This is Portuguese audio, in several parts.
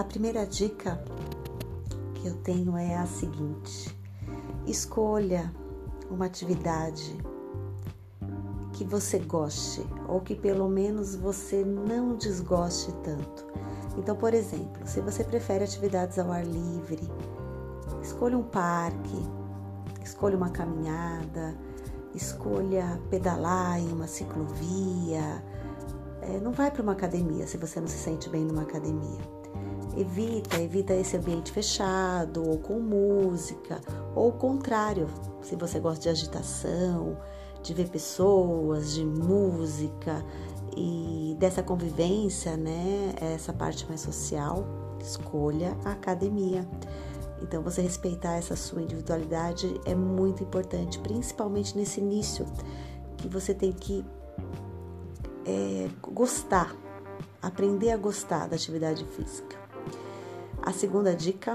A primeira dica que eu tenho é a seguinte: escolha uma atividade que você goste ou que pelo menos você não desgoste tanto. Então, por exemplo, se você prefere atividades ao ar livre, escolha um parque, escolha uma caminhada, escolha pedalar em uma ciclovia. Não vai para uma academia se você não se sente bem numa academia. Evita esse ambiente fechado ou com música, ou o contrário, se você gosta de agitação, de ver pessoas, de música e dessa convivência, né? Essa parte mais social, escolha a academia. Então, você respeitar essa sua individualidade é muito importante, principalmente nesse início, que você tem que gostar, aprender a gostar da atividade física. A segunda dica: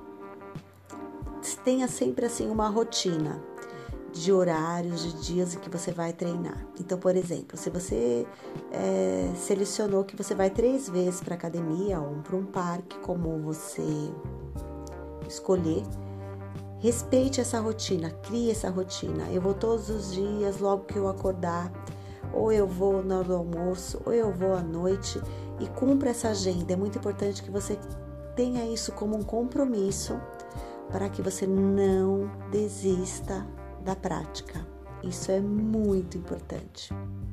tenha sempre assim uma rotina de horários, de dias em que você vai treinar. Então, por exemplo, se você selecionou que você vai 3 vezes para a academia ou para um parque, como você escolher, respeite essa rotina, crie essa rotina. Eu vou todos os dias, logo que eu acordar, ou eu vou na hora do almoço, ou eu vou à noite, e cumpra essa agenda. É muito importante que você tenha isso como um compromisso para que você não desista da prática. Isso é muito importante.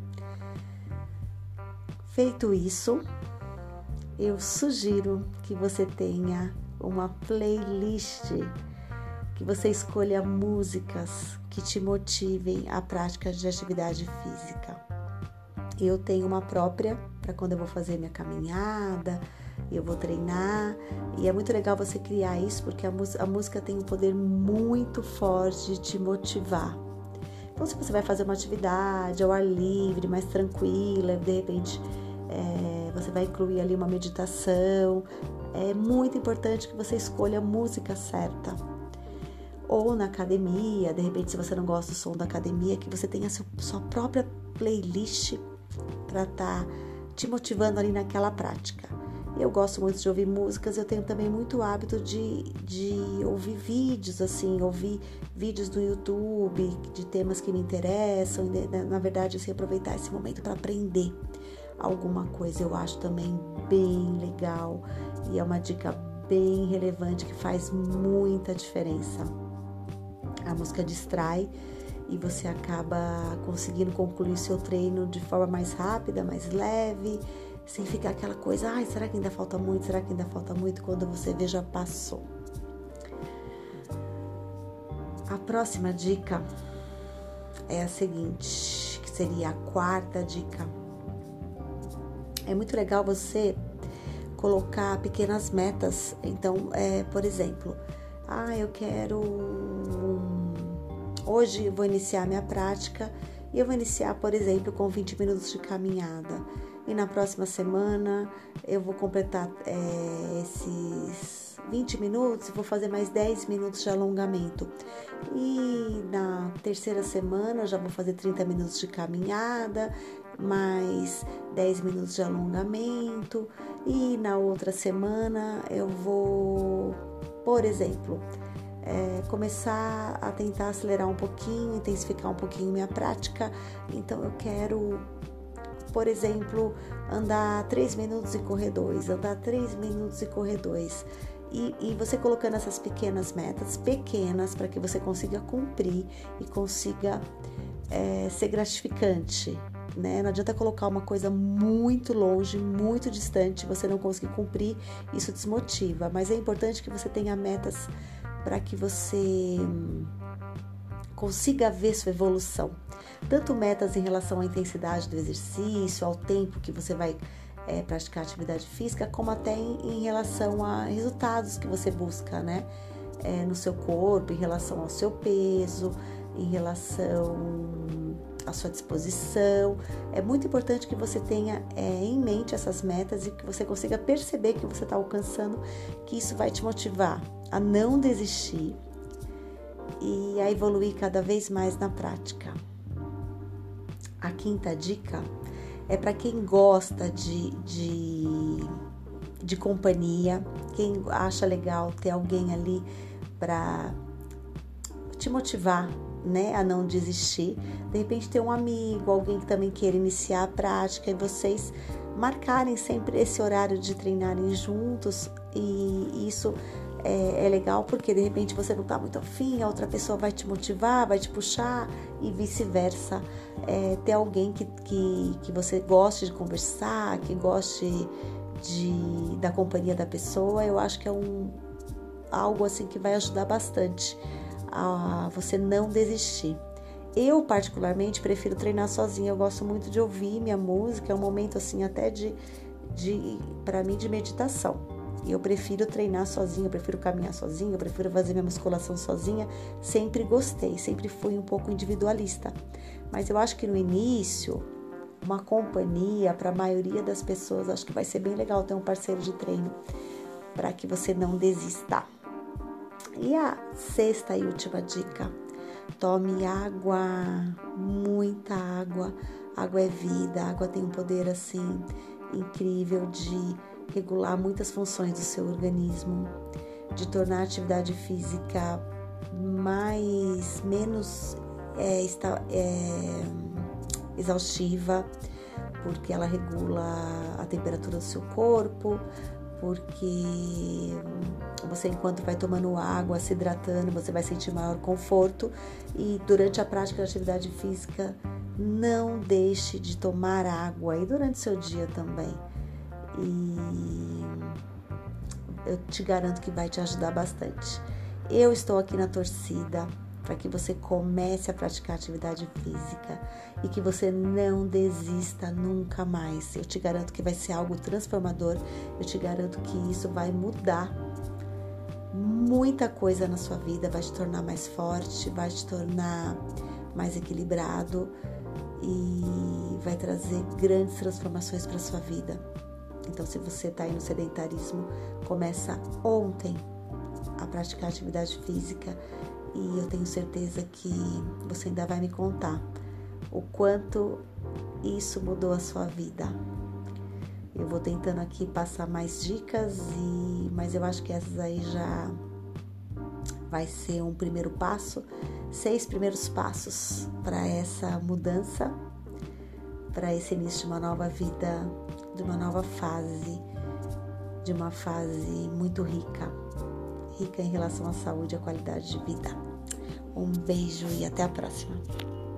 Feito isso, eu sugiro que você tenha uma playlist, que você escolha músicas que te motivem à prática de atividade física. Eu tenho uma própria para quando eu vou fazer minha caminhada, eu vou treinar, e é muito legal você criar isso, porque a música tem um poder muito forte de te motivar. Então, se você vai fazer uma atividade ao ar livre, mais tranquila, de repente você vai incluir ali uma meditação, é muito importante que você escolha a música certa. Ou na academia, de repente, se você não gosta do som da academia, que você tenha sua própria playlist para estar te motivando ali naquela prática. Eu gosto muito de ouvir músicas, eu tenho também muito hábito de ouvir vídeos, assim, ouvir vídeos do YouTube de temas que me interessam, na verdade, assim, aproveitar esse momento para aprender alguma coisa. Eu acho também bem legal e é uma dica bem relevante que faz muita diferença. A música distrai e você acaba conseguindo concluir seu treino de forma mais rápida, mais leve, sem ficar aquela coisa, será que ainda falta muito? Será que ainda falta muito? Quando você vê, já passou. A próxima dica é a seguinte, que seria a quarta dica. É muito legal você colocar pequenas metas. Então, por exemplo, eu quero... Hoje eu vou iniciar minha prática e eu vou iniciar, por exemplo, com 20 minutos de caminhada. E na próxima semana eu vou completar esses 20 minutos e vou fazer mais 10 minutos de alongamento. E na terceira semana eu já vou fazer 30 minutos de caminhada, mais 10 minutos de alongamento. E na outra semana eu vou, por exemplo, começar a tentar acelerar um pouquinho, intensificar um pouquinho minha prática. Então eu quero, por exemplo, andar 3 minutos e correr 2, andar 3 minutos e correr 2. E você colocando essas pequenas metas, pequenas, para que você consiga cumprir e consiga ser gratificante, né? Não adianta colocar uma coisa muito longe, muito distante, você não conseguir cumprir, isso desmotiva. Mas é importante que você tenha metas para que você consiga ver sua evolução. Tanto metas em relação à intensidade do exercício, ao tempo que você vai praticar atividade física, como até em relação a resultados que você busca, né? No seu corpo, em relação ao seu peso, em relação à sua disposição. É muito importante que você tenha em mente essas metas e que você consiga perceber que você está alcançando, que isso vai te motivar a não desistir e a evoluir cada vez mais na prática. A quinta dica é para quem gosta de de companhia. Quem acha legal ter alguém ali para te motivar, né, a não desistir. De repente ter um amigo, alguém que também queira iniciar a prática e vocês marcarem sempre esse horário de treinarem juntos. E isso é legal porque de repente você não está muito afim, a outra pessoa vai te motivar, vai te puxar e vice-versa. Ter alguém que você goste de conversar, que goste da companhia da pessoa, eu acho que é algo assim que vai ajudar bastante a você não desistir. Eu particularmente prefiro treinar sozinha, eu gosto muito de ouvir minha música, é um momento assim até para mim de meditação. Eu prefiro treinar sozinha, eu prefiro caminhar sozinha, eu prefiro fazer minha musculação sozinha. Sempre gostei, sempre fui um pouco individualista. Mas eu acho que no início, uma companhia, para a maioria das pessoas, acho que vai ser bem legal ter um parceiro de treino para que você não desista. E a sexta e última dica: tome água, muita água. Água é vida, água tem um poder assim incrível de regular muitas funções do seu organismo, de tornar a atividade física menos exaustiva, porque ela regula a temperatura do seu corpo, porque você, enquanto vai tomando água, se hidratando, você vai sentir maior conforto. E durante a prática da atividade física, não deixe de tomar água, e durante o seu dia também. E eu te garanto que vai te ajudar bastante. Eu estou aqui na torcida para que você comece a praticar atividade física e que você não desista nunca mais. Eu te garanto que vai ser algo transformador. Eu te garanto que isso vai mudar muita coisa na sua vida, vai te tornar mais forte, vai te tornar mais equilibrado e vai trazer grandes transformações para a sua vida. Então, se você está aí no sedentarismo, começa ontem a praticar atividade física e eu tenho certeza que você ainda vai me contar o quanto isso mudou a sua vida. Eu vou tentando aqui passar mais dicas, mas eu acho que essas aí já vai ser um primeiro passo, 6 primeiros passos para essa mudança, para esse início de uma nova vida, de uma nova fase, de uma fase muito rica em relação à saúde e à qualidade de vida. Um beijo e até a próxima.